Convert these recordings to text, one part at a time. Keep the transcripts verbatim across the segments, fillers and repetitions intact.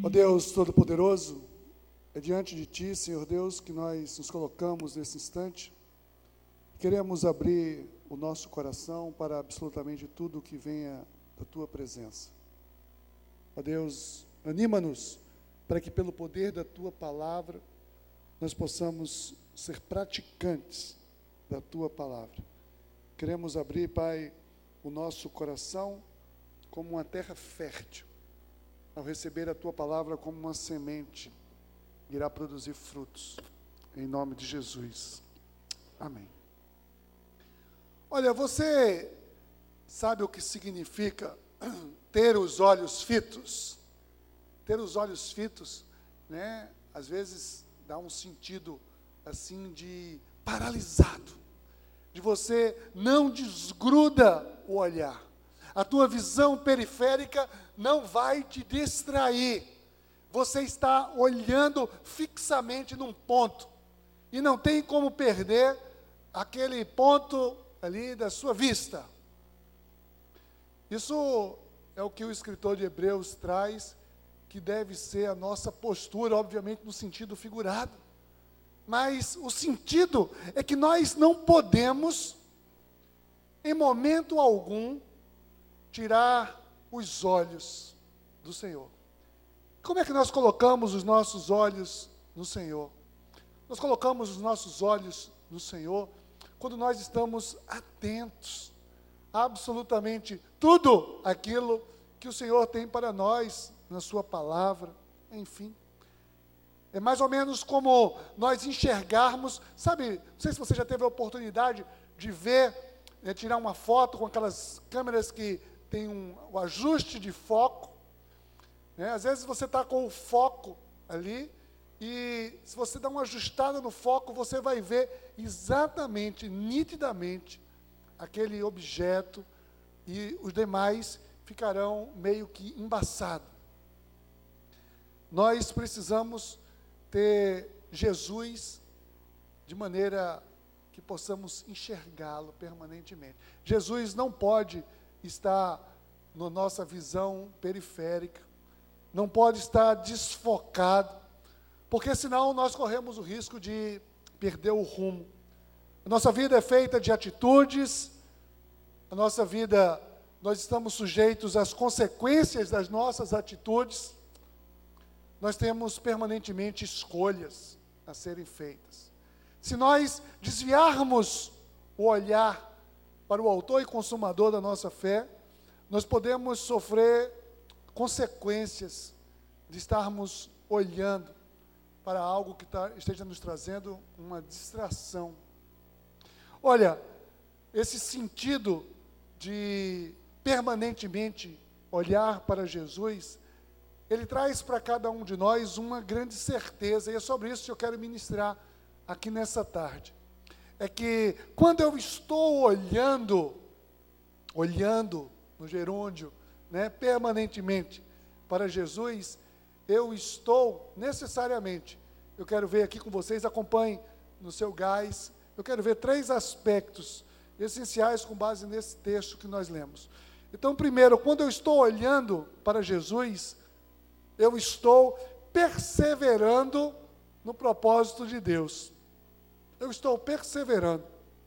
Ó Deus Todo-Poderoso, é diante de Ti, Senhor Deus, que nós nos colocamos nesse instante. Queremos abrir o nosso coração para absolutamente tudo que venha da Tua presença. Ó Deus, anima-nos para que pelo poder da Tua palavra nós possamos ser praticantes da Tua palavra. Queremos abrir, Pai, o nosso coração como uma terra fértil, ao receber a Tua palavra como uma semente, irá produzir frutos, em nome de Jesus. Amém. Olha, você sabe o que significa ter os olhos fitos? Ter os olhos fitos, né, às vezes dá um sentido assim de paralisado, de você não desgruda o olhar. A tua visão periférica não vai te distrair. Você está olhando fixamente num ponto e não tem como perder aquele ponto ali da sua vista. Isso é o que o escritor de Hebreus traz, que deve ser a nossa postura, obviamente no sentido figurado. Mas o sentido é que nós não podemos, em momento algum, tirar os olhos do Senhor. Como é que nós colocamos os nossos olhos no Senhor? Nós colocamos os nossos olhos no Senhor quando nós estamos atentos a absolutamente tudo aquilo que o Senhor tem para nós, na sua palavra, enfim. É mais ou menos como nós enxergarmos, sabe, não sei se você já teve a oportunidade de ver, né, tirar uma foto com aquelas câmeras que tem um, o ajuste de foco, né? Às vezes você está com o foco ali, e se você dá uma ajustada no foco, você vai ver exatamente, nitidamente, aquele objeto, e os demais ficarão meio que embaçados. Nós precisamos ter Jesus de maneira que possamos enxergá-lo permanentemente. Jesus não pode estar na nossa visão periférica, não pode estar desfocado, porque senão nós corremos o risco de perder o rumo. A nossa vida é feita de atitudes, a nossa vida, nós estamos sujeitos às consequências das nossas atitudes. Nós temos permanentemente escolhas a serem feitas. Se nós desviarmos o olhar para o autor e consumador da nossa fé, nós podemos sofrer consequências de estarmos olhando para algo que tá, esteja nos trazendo uma distração. Olha, esse sentido de permanentemente olhar para Jesus, ele traz para cada um de nós uma grande certeza, e é sobre isso que eu quero ministrar aqui nessa tarde. É que quando eu estou olhando, olhando no gerúndio, né, permanentemente para Jesus, eu estou necessariamente, eu quero ver aqui com vocês, acompanhem no seu gás, eu quero ver três aspectos essenciais com base nesse texto que nós lemos. Então, primeiro, quando eu estou olhando para Jesus, eu estou perseverando no propósito de Deus. Eu estou perseverando.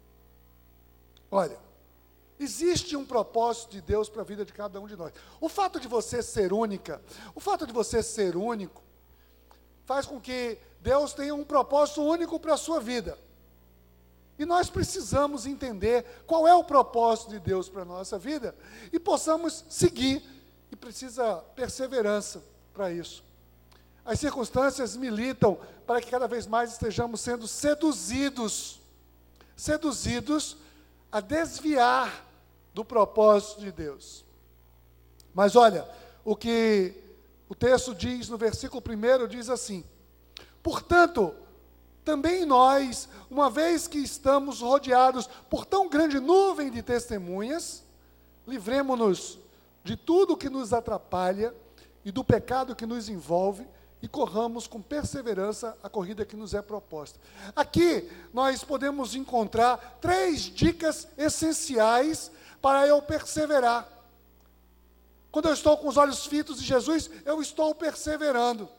Olha, existe um propósito de Deus para a vida de cada um de nós. O fato de você ser única, o fato de você ser único, faz com que Deus tenha um propósito único para a sua vida. E nós precisamos entender qual é o propósito de Deus para a nossa vida e possamos seguir, e precisa perseverança para isso. As circunstâncias militam para que cada vez mais estejamos sendo seduzidos, seduzidos a desviar do propósito de Deus. Mas olha, o que o texto diz no versículo primeiro, diz assim: portanto, também nós, uma vez que estamos rodeados por tão grande nuvem de testemunhas, livremo-nos de tudo que nos atrapalha e do pecado que nos envolve, e corramos com perseverança a corrida que nos é proposta. Aqui nós podemos encontrar três dicas essenciais para eu perseverar. Quando eu estou com os olhos fitos em Jesus, eu estou perseverando.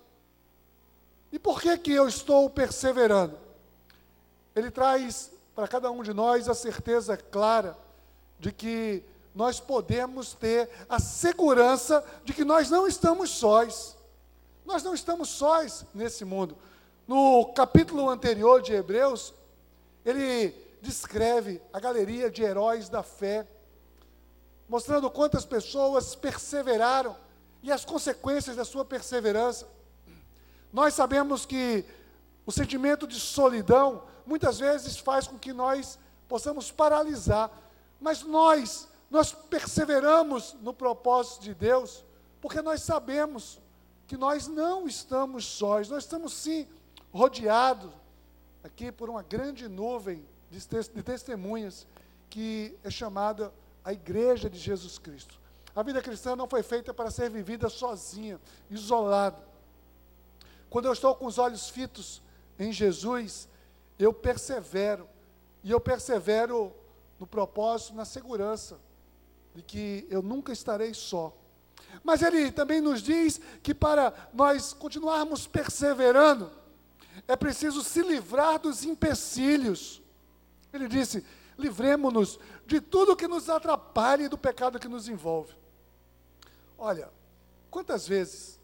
E por que que eu estou perseverando? Ele traz para cada um de nós a certeza clara de que nós podemos ter a segurança de que nós não estamos sós. Nós não estamos sós nesse mundo. No capítulo anterior de Hebreus, ele descreve a galeria de heróis da fé, mostrando quantas pessoas perseveraram e as consequências da sua perseverança. Nós sabemos que o sentimento de solidão muitas vezes faz com que nós possamos paralisar, mas nós, nós perseveramos no propósito de Deus, porque nós sabemos que nós não estamos sós, nós estamos sim rodeados aqui por uma grande nuvem de, de testemunhas, que é chamada a Igreja de Jesus Cristo. A vida cristã não foi feita para ser vivida sozinha, isolada. Quando eu estou com os olhos fitos em Jesus, eu persevero, e eu persevero no propósito, na segurança, de que eu nunca estarei só. Mas ele também nos diz que para nós continuarmos perseverando, é preciso se livrar dos empecilhos. Ele disse, livremo-nos de tudo que nos atrapalhe e do pecado que nos envolve. Olha, quantas vezes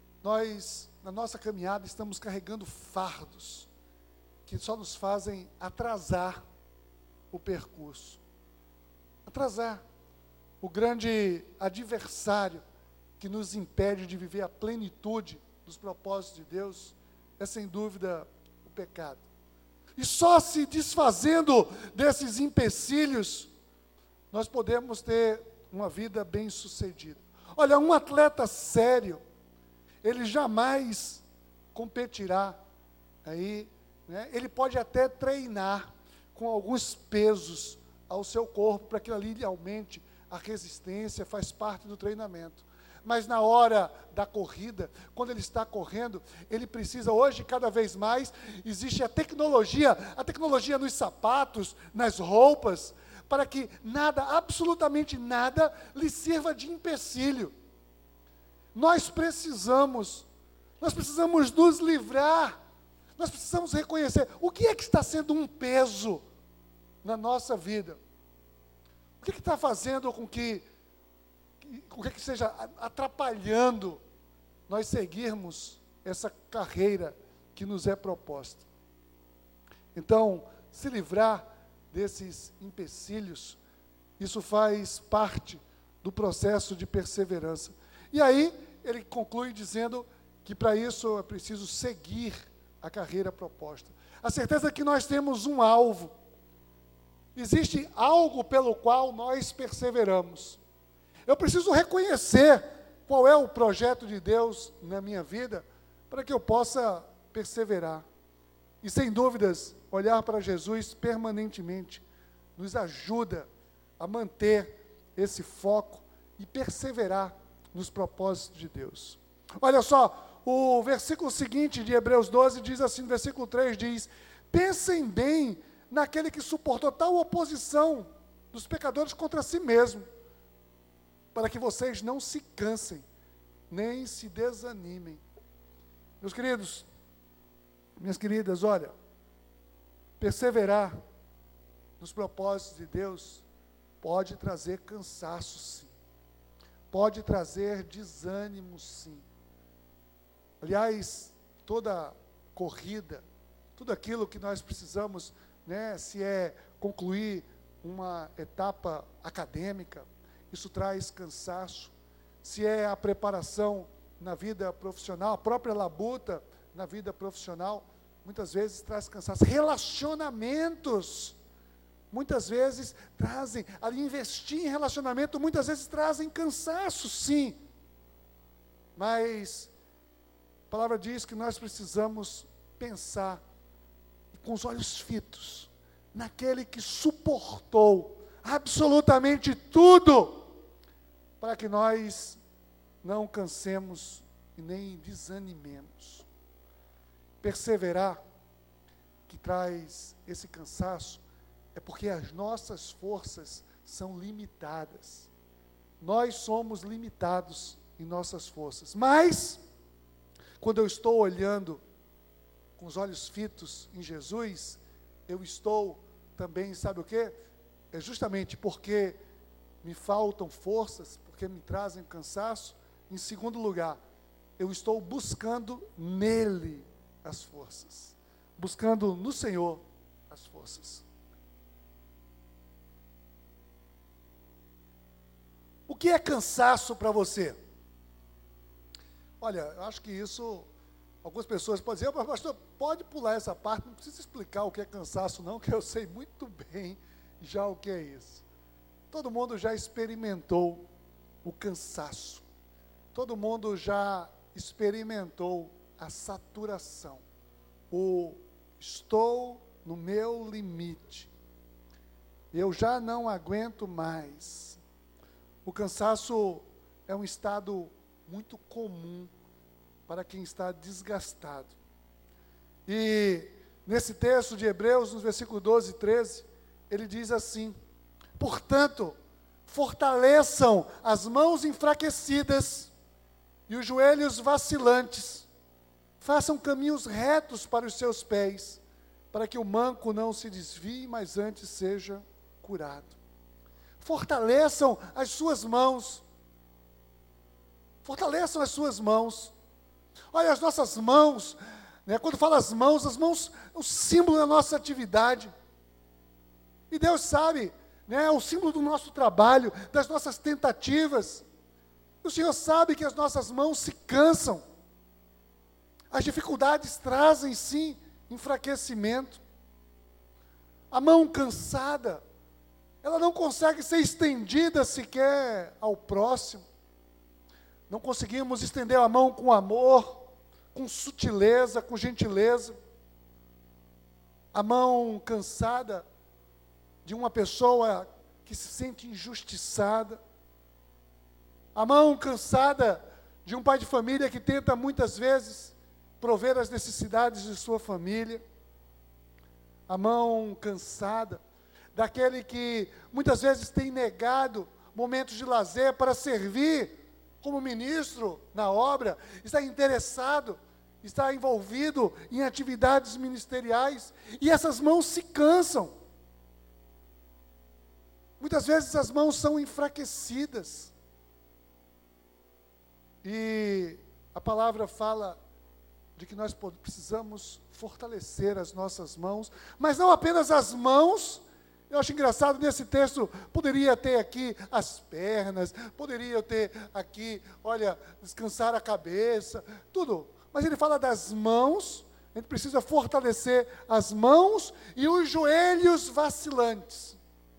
nós, na nossa caminhada, estamos carregando fardos que só nos fazem atrasar o percurso. Atrasar. O grande adversário que nos impede de viver a plenitude dos propósitos de Deus é, sem dúvida, o pecado. E só se desfazendo desses empecilhos, nós podemos ter uma vida bem-sucedida. Olha, um atleta sério, ele jamais competirá aí, né? Ele pode até treinar com alguns pesos ao seu corpo, para que ali aumente a resistência, faz parte do treinamento. Mas na hora da corrida, quando ele está correndo, ele precisa, hoje cada vez mais, existe a tecnologia, a tecnologia nos sapatos, nas roupas, para que nada, absolutamente nada, lhe sirva de empecilho. Nós precisamos, nós precisamos nos livrar, nós precisamos reconhecer, o que é que está sendo um peso na nossa vida? O que é que está fazendo com que, o que é que seja atrapalhando nós seguirmos essa carreira que nos é proposta? Então, se livrar desses empecilhos, isso faz parte do processo de perseverança. E aí, ele conclui dizendo que para isso é preciso seguir a carreira proposta. A certeza que nós temos um alvo. Existe algo pelo qual nós perseveramos. Eu preciso reconhecer qual é o projeto de Deus na minha vida, para que eu possa perseverar. E sem dúvidas, olhar para Jesus permanentemente nos ajuda a manter esse foco e perseverar nos propósitos de Deus. Olha só, o versículo seguinte de Hebreus doze diz assim, no versículo três diz, pensem bem naquele que suportou tal oposição dos pecadores contra si mesmo, para que vocês não se cansem, nem se desanimem. Meus queridos, minhas queridas, olha, perseverar nos propósitos de Deus pode trazer cansaço, sim. Pode trazer desânimo, sim. Aliás, toda corrida, tudo aquilo que nós precisamos, né, se é concluir uma etapa acadêmica, isso traz cansaço. Se é a preparação na vida profissional, a própria labuta na vida profissional, muitas vezes traz cansaço. Relacionamentos, muitas vezes trazem, ali investir em relacionamento, muitas vezes trazem cansaço, sim. Mas a palavra diz que nós precisamos pensar com os olhos fitos naquele que suportou absolutamente tudo, para que nós não cansemos e nem desanimemos. Perseverar, que traz esse cansaço, é porque as nossas forças são limitadas. nós somos limitados em nossas forças. Mas, quando eu estou olhando com os olhos fitos em Jesus, eu estou também, sabe o quê? É justamente porque me faltam forças, porque me trazem cansaço. Em segundo lugar, eu estou buscando nele as forças, buscando no Senhor as forças. O que é cansaço para você? Olha, eu acho que isso, algumas pessoas podem dizer, pastor, pode pular essa parte, não precisa explicar o que é cansaço não, que eu sei muito bem já o que é isso. Todo mundo já experimentou o cansaço. Todo mundo já experimentou a saturação. O estou no meu limite. Eu já não aguento mais. O cansaço é um estado muito comum para quem está desgastado. E nesse texto de Hebreus, nos versículos doze e treze, ele diz assim: portanto, fortaleçam as mãos enfraquecidas e os joelhos vacilantes. Façam caminhos retos para os seus pés, para que o manco não se desvie, mas antes seja curado. Fortaleçam as suas mãos. Fortaleçam as suas mãos. Olha, as nossas mãos, né, quando fala as mãos, as mãos é o símbolo da nossa atividade. E Deus sabe, né, é o símbolo do nosso trabalho, das nossas tentativas. O Senhor sabe que as nossas mãos se cansam. As dificuldades trazem, sim, enfraquecimento. A mão cansada, ela não consegue ser estendida sequer ao próximo. Não conseguimos estender a mão com amor, com sutileza, com gentileza. A mão cansada de uma pessoa que se sente injustiçada. A mão cansada de um pai de família que tenta muitas vezes prover as necessidades de sua família. A mão cansada daquele que muitas vezes tem negado momentos de lazer para servir como ministro na obra, está interessado, está envolvido em atividades ministeriais, e essas mãos se cansam. Muitas vezes as mãos são enfraquecidas. E a palavra fala de que nós precisamos fortalecer as nossas mãos, mas não apenas as mãos. Eu acho engraçado, nesse texto, poderia ter aqui as pernas, poderia ter aqui, olha, descansar a cabeça, tudo. Mas ele fala das mãos, a gente precisa fortalecer as mãos e os joelhos vacilantes.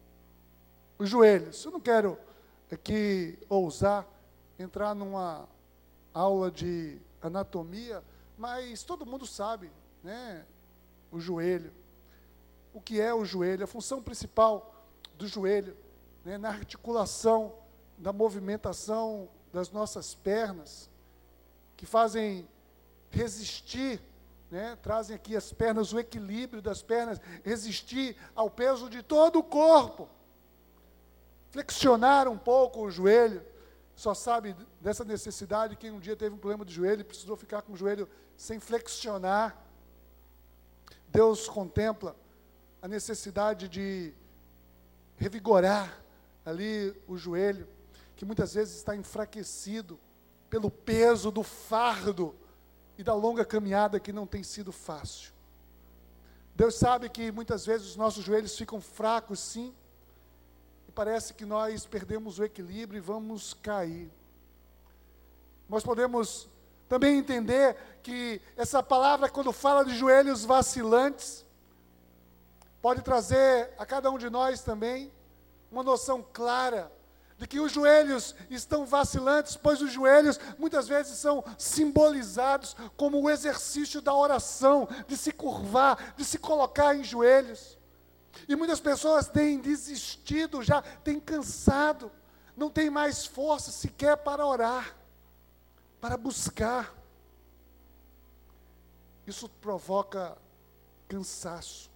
Os joelhos. Eu não quero aqui ousar entrar numa aula de anatomia, mas todo mundo sabe, né, o joelho. O que é o joelho? A função principal do joelho, né, na articulação, na movimentação das nossas pernas, que fazem resistir, né, trazem aqui as pernas, o equilíbrio das pernas, resistir ao peso de todo o corpo. Flexionar um pouco o joelho. Só sabe dessa necessidade quem um dia teve um problema de joelho e precisou ficar com o joelho sem flexionar. Deus contempla a necessidade de revigorar ali o joelho, que muitas vezes está enfraquecido pelo peso do fardo e da longa caminhada que não tem sido fácil. Deus sabe que muitas vezes os nossos joelhos ficam fracos, sim, e parece que nós perdemos o equilíbrio e vamos cair. Nós podemos também entender que essa palavra, quando fala de joelhos vacilantes, pode trazer a cada um de nós também uma noção clara de que os joelhos estão vacilantes, pois os joelhos muitas vezes são simbolizados como o exercício da oração, de se curvar, de se colocar em joelhos. E muitas pessoas têm desistido, já têm cansado, não têm mais força sequer para orar, para buscar. Isso provoca cansaço.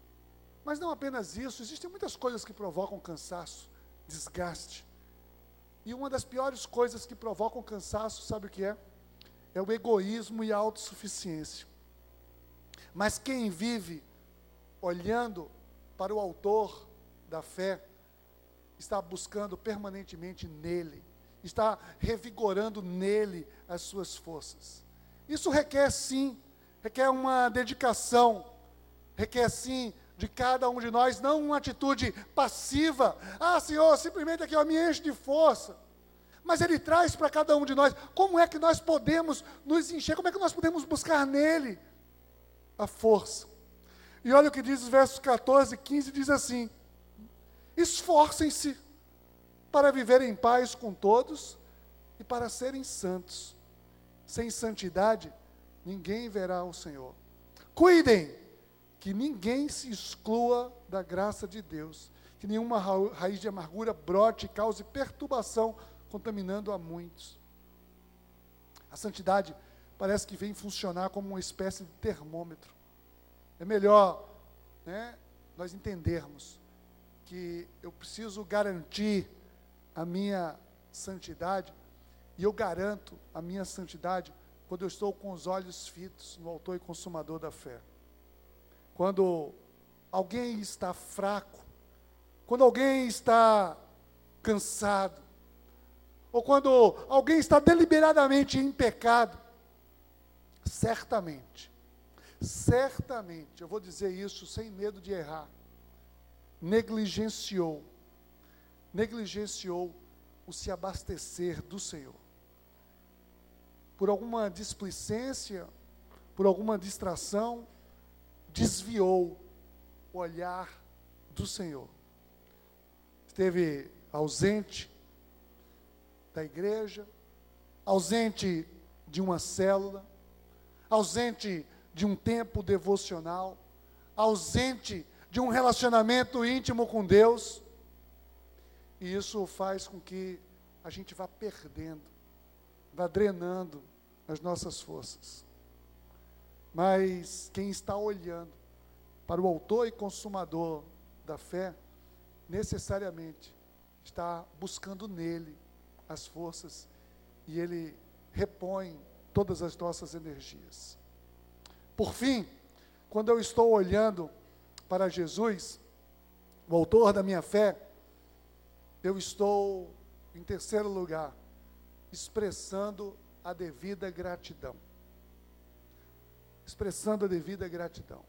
Mas não apenas isso, existem muitas coisas que provocam cansaço, desgaste. E uma das piores coisas que provocam cansaço, sabe o que é? É o egoísmo e a autossuficiência. Mas quem vive olhando para o autor da fé, está buscando permanentemente nele, está revigorando nele as suas forças. Isso requer sim, requer uma dedicação, requer sim de cada um de nós, não uma atitude passiva. Ah, Senhor, simplesmente aqui, ó, me enche de força. Mas Ele traz para cada um de nós, como é que nós podemos nos encher, como é que nós podemos buscar nele a força. E olha o que diz os versos catorze e quinze, diz assim: esforcem-se para viver em paz com todos e para serem santos. Sem santidade, ninguém verá o Senhor. Cuidem que ninguém se exclua da graça de Deus, que nenhuma ra- raiz de amargura brote e cause perturbação, contaminando a muitos. A santidade parece que vem funcionar como uma espécie de termômetro. É melhor, né, nós entendermos que eu preciso garantir a minha santidade, e eu garanto a minha santidade quando eu estou com os olhos fitos no autor e consumador da fé. Quando alguém está fraco, quando alguém está cansado, ou quando alguém está deliberadamente em pecado, certamente, certamente, eu vou dizer isso sem medo de errar, negligenciou, negligenciou o se abastecer do Senhor. Por alguma displicência, por alguma distração, desviou o olhar do Senhor. Esteve ausente da igreja, ausente de uma célula, ausente de um tempo devocional, ausente de um relacionamento íntimo com Deus. E isso faz com que a gente vá perdendo, vá drenando as nossas forças. Mas quem está olhando para o autor e consumador da fé, necessariamente está buscando nele as forças, e ele repõe todas as nossas energias. Por fim, quando eu estou olhando para Jesus, o autor da minha fé, eu estou, em terceiro lugar, expressando a devida gratidão. Expressando a devida gratidão.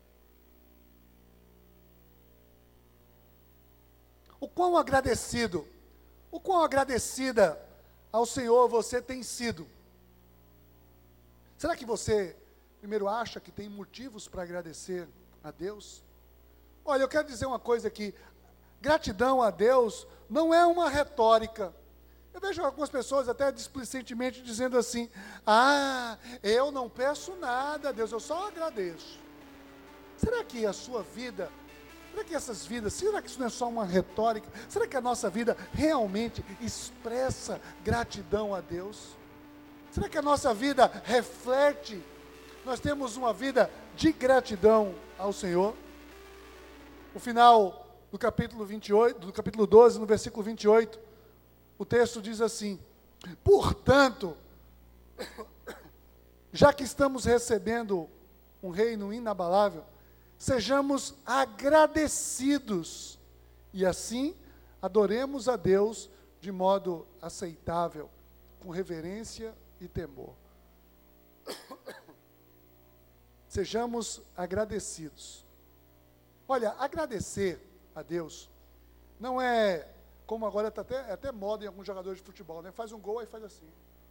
O quão agradecido, o quão agradecida ao Senhor você tem sido? Será que você, primeiro, acha que tem motivos para agradecer a Deus? Olha, eu quero dizer uma coisa aqui: gratidão a Deus não é uma retórica. Eu vejo algumas pessoas até displicentemente dizendo assim: ah, eu não peço nada a Deus, eu só agradeço. Será que a sua vida, será que essas vidas, será que isso não é só uma retórica? Será que a nossa vida realmente expressa gratidão a Deus? Será que a nossa vida reflete, nós temos uma vida de gratidão ao Senhor? O final do capítulo vinte e oito, do capítulo doze, no versículo vinte e oito, o texto diz assim: portanto, já que estamos recebendo um reino inabalável, sejamos agradecidos, e assim adoremos a Deus de modo aceitável, com reverência e temor. Sejamos agradecidos. Olha, agradecer a Deus não é como agora está até, é até moda em alguns jogadores de futebol, né? Faz um gol e faz assim.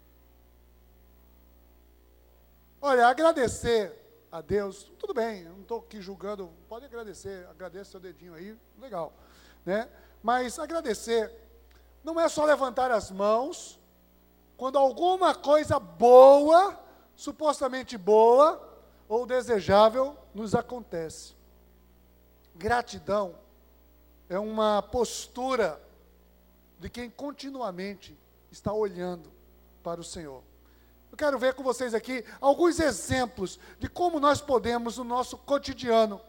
Olha, agradecer a Deus, tudo bem, eu não estou aqui julgando, pode agradecer, agradeça seu dedinho aí, legal, né? Mas agradecer não é só levantar as mãos quando alguma coisa boa, supostamente boa ou desejável, nos acontece. Gratidão é uma postura de quem continuamente está olhando para o Senhor. Eu quero ver com vocês aqui alguns exemplos de como nós podemos, no nosso cotidiano,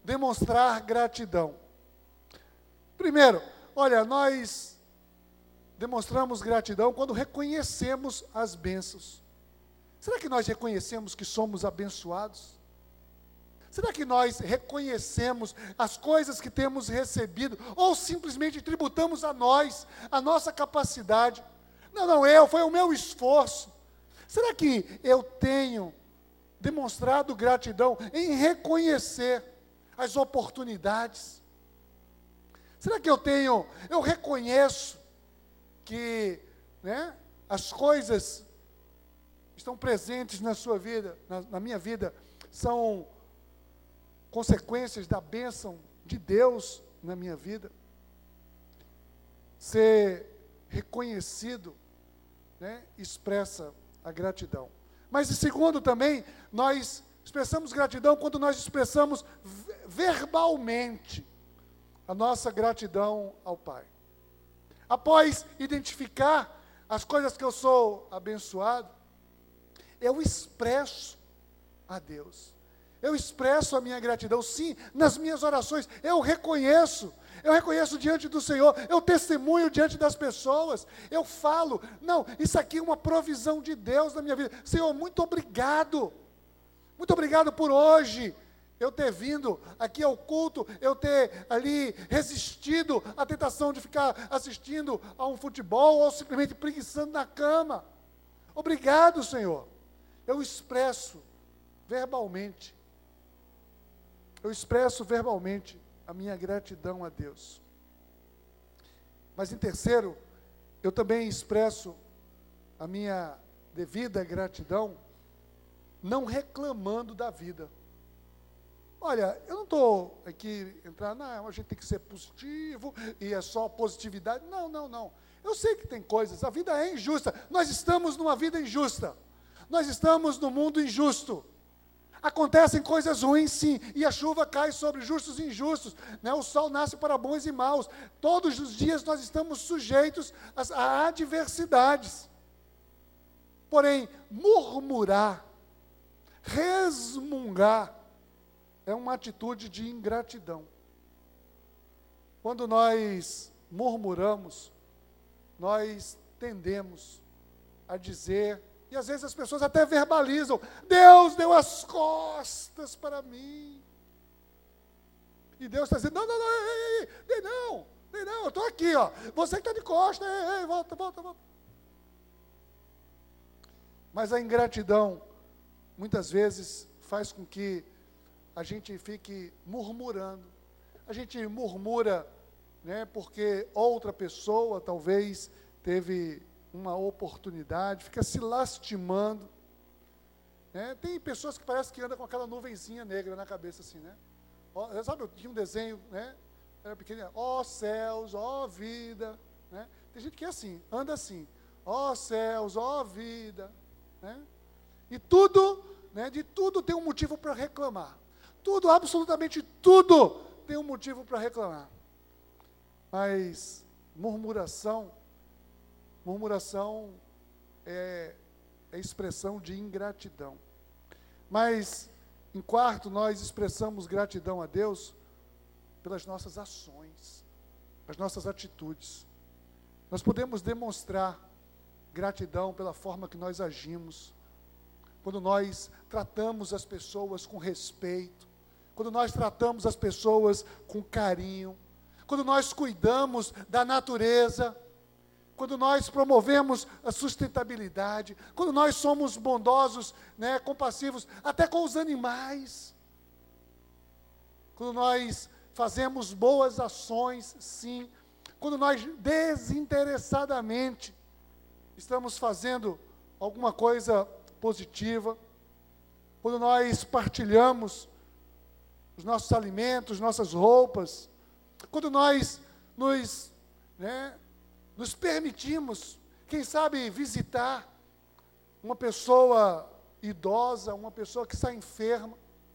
demonstrar gratidão. Primeiro, olha, nós demonstramos gratidão quando reconhecemos as bênçãos. Será que nós reconhecemos que somos abençoados? Será que nós reconhecemos as coisas que temos recebido, ou simplesmente tributamos a nós, a nossa capacidade? Não, não, eu, foi o meu esforço. Será que eu tenho demonstrado gratidão em reconhecer as oportunidades? Será que eu tenho, eu reconheço que, né, as coisas que estão presentes na sua vida, na, na minha vida, são consequências da bênção de Deus na minha vida? Ser reconhecido, né, expressa a gratidão. Mas, em segundo também, nós expressamos gratidão quando nós expressamos verbalmente a nossa gratidão ao Pai. Após identificar as coisas que eu sou abençoado, eu expresso a Deus. Eu expresso a minha gratidão, sim, nas minhas orações. Eu reconheço, eu reconheço diante do Senhor, eu testemunho diante das pessoas, eu falo, não, isso aqui é uma provisão de Deus na minha vida. Senhor, muito obrigado, muito obrigado por hoje eu ter vindo aqui ao culto, eu ter ali resistido à tentação de ficar assistindo a um futebol ou simplesmente preguiçando na cama. Obrigado, Senhor. Eu expresso verbalmente, eu expresso verbalmente a minha gratidão a Deus. Mas em terceiro, eu também expresso a minha devida gratidão não reclamando da vida. Olha, eu não estou aqui entrando, não, a gente tem que ser positivo, e é só positividade. Não, não, não. Eu sei que tem coisas, a vida é injusta. Nós estamos numa vida injusta. Nós estamos num mundo injusto. Acontecem coisas ruins, sim, e a chuva cai sobre justos e injustos, né? O sol nasce para bons e maus. Todos os dias nós estamos sujeitos a, a adversidades. Porém, murmurar, resmungar, é uma atitude de ingratidão. Quando nós murmuramos, nós tendemos a dizer, e às vezes as pessoas até verbalizam, Deus deu as costas para mim. E Deus está dizendo, não, não, não, ei, ei, ei, não, ei, não, eu estou aqui, ó. Você que está de costas, ei, ei, volta, volta, volta. Mas a ingratidão, muitas vezes, faz com que a gente fique murmurando. A gente murmura, né, porque outra pessoa talvez teve uma oportunidade, fica se lastimando. Né? Tem pessoas que parecem que andam com aquela nuvenzinha negra na cabeça assim, né? Ó, sabe, eu tinha um desenho, né? Era pequenininho, ó céus, ó vida, né? Tem gente que é assim, anda assim, ó céus, ó vida, né? E tudo, né, de tudo tem um motivo para reclamar. Tudo, absolutamente tudo, tem um motivo para reclamar. Mas murmuração, murmuração é, é expressão de ingratidão. Mas, em quarto, nós expressamos gratidão a Deus pelas nossas ações, as nossas atitudes. Nós podemos demonstrar gratidão pela forma que nós agimos, quando nós tratamos as pessoas com respeito, quando nós tratamos as pessoas com carinho, quando nós cuidamos da natureza, quando nós promovemos a sustentabilidade, quando nós somos bondosos, né, compassivos, até com os animais, quando nós fazemos boas ações, sim, quando nós desinteressadamente estamos fazendo alguma coisa positiva, quando nós partilhamos os nossos alimentos, nossas roupas, quando nós nos, né, nos permitimos, quem sabe, visitar uma pessoa idosa, uma pessoa que está enferma.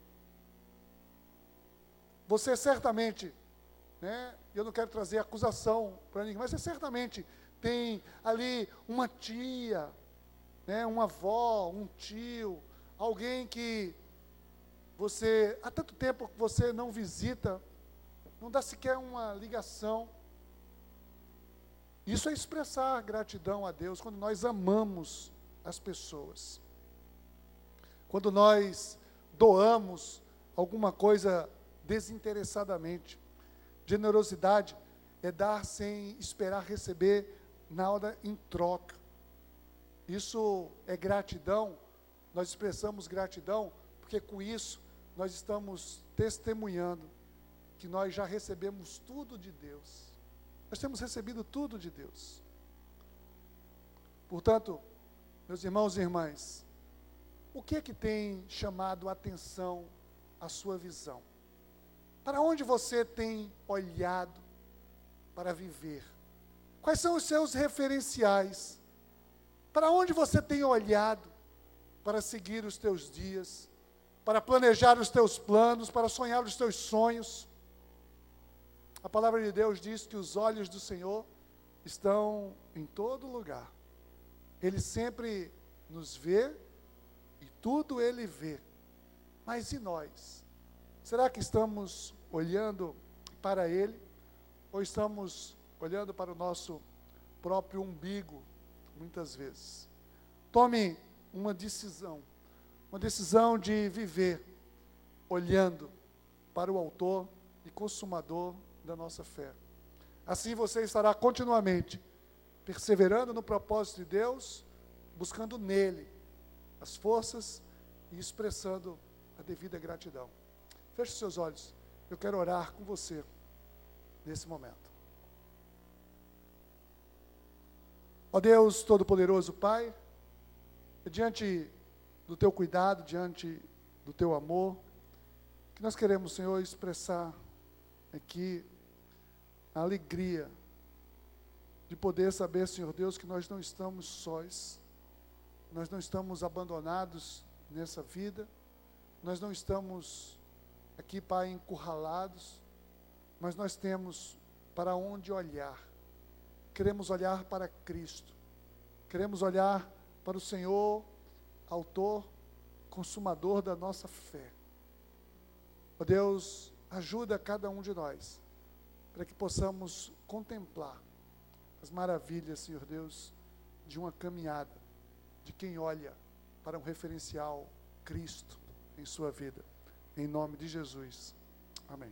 Você certamente, né, eu não quero trazer acusação para ninguém, mas você certamente tem ali uma tia, né, uma avó, um tio, alguém que você, há tanto tempo que você não visita, não dá sequer uma ligação. Isso é expressar gratidão a Deus quando nós amamos as pessoas. Quando nós doamos alguma coisa desinteressadamente. Generosidade é dar sem esperar receber nada em troca. Isso é gratidão. Nós expressamos gratidão porque com isso nós estamos testemunhando que nós já recebemos tudo de Deus. Nós temos recebido tudo de Deus. Portanto, meus irmãos e irmãs, o que é que tem chamado a atenção a sua visão? Para onde você tem olhado para viver? Quais são os seus referenciais? Para onde você tem olhado para seguir os teus dias, para planejar os teus planos, para sonhar os teus sonhos? A palavra de Deus diz que os olhos do Senhor estão em todo lugar. Ele sempre nos vê e tudo Ele vê. Mas e nós? Será que estamos olhando para Ele ou estamos olhando para o nosso próprio umbigo, muitas vezes? Tome uma decisão, uma decisão de viver olhando para o autor e consumador da nossa fé. Assim você estará continuamente perseverando no propósito de Deus, buscando nele as forças e expressando a devida gratidão. Feche os seus olhos, eu quero orar com você nesse momento. Ó Deus Todo-Poderoso Pai, diante do Teu cuidado, diante do Teu amor, que nós queremos, Senhor, expressar aqui a alegria de poder saber, Senhor Deus, que nós não estamos sós, nós não estamos abandonados nessa vida, nós não estamos aqui, Pai, encurralados, mas nós temos para onde olhar. Queremos olhar para Cristo, queremos olhar para o Senhor, autor, consumador da nossa fé. Ó Deus, ajuda cada um de nós, para que possamos contemplar as maravilhas, Senhor Deus, de uma caminhada, de quem olha para um referencial Cristo em sua vida. Em nome de Jesus.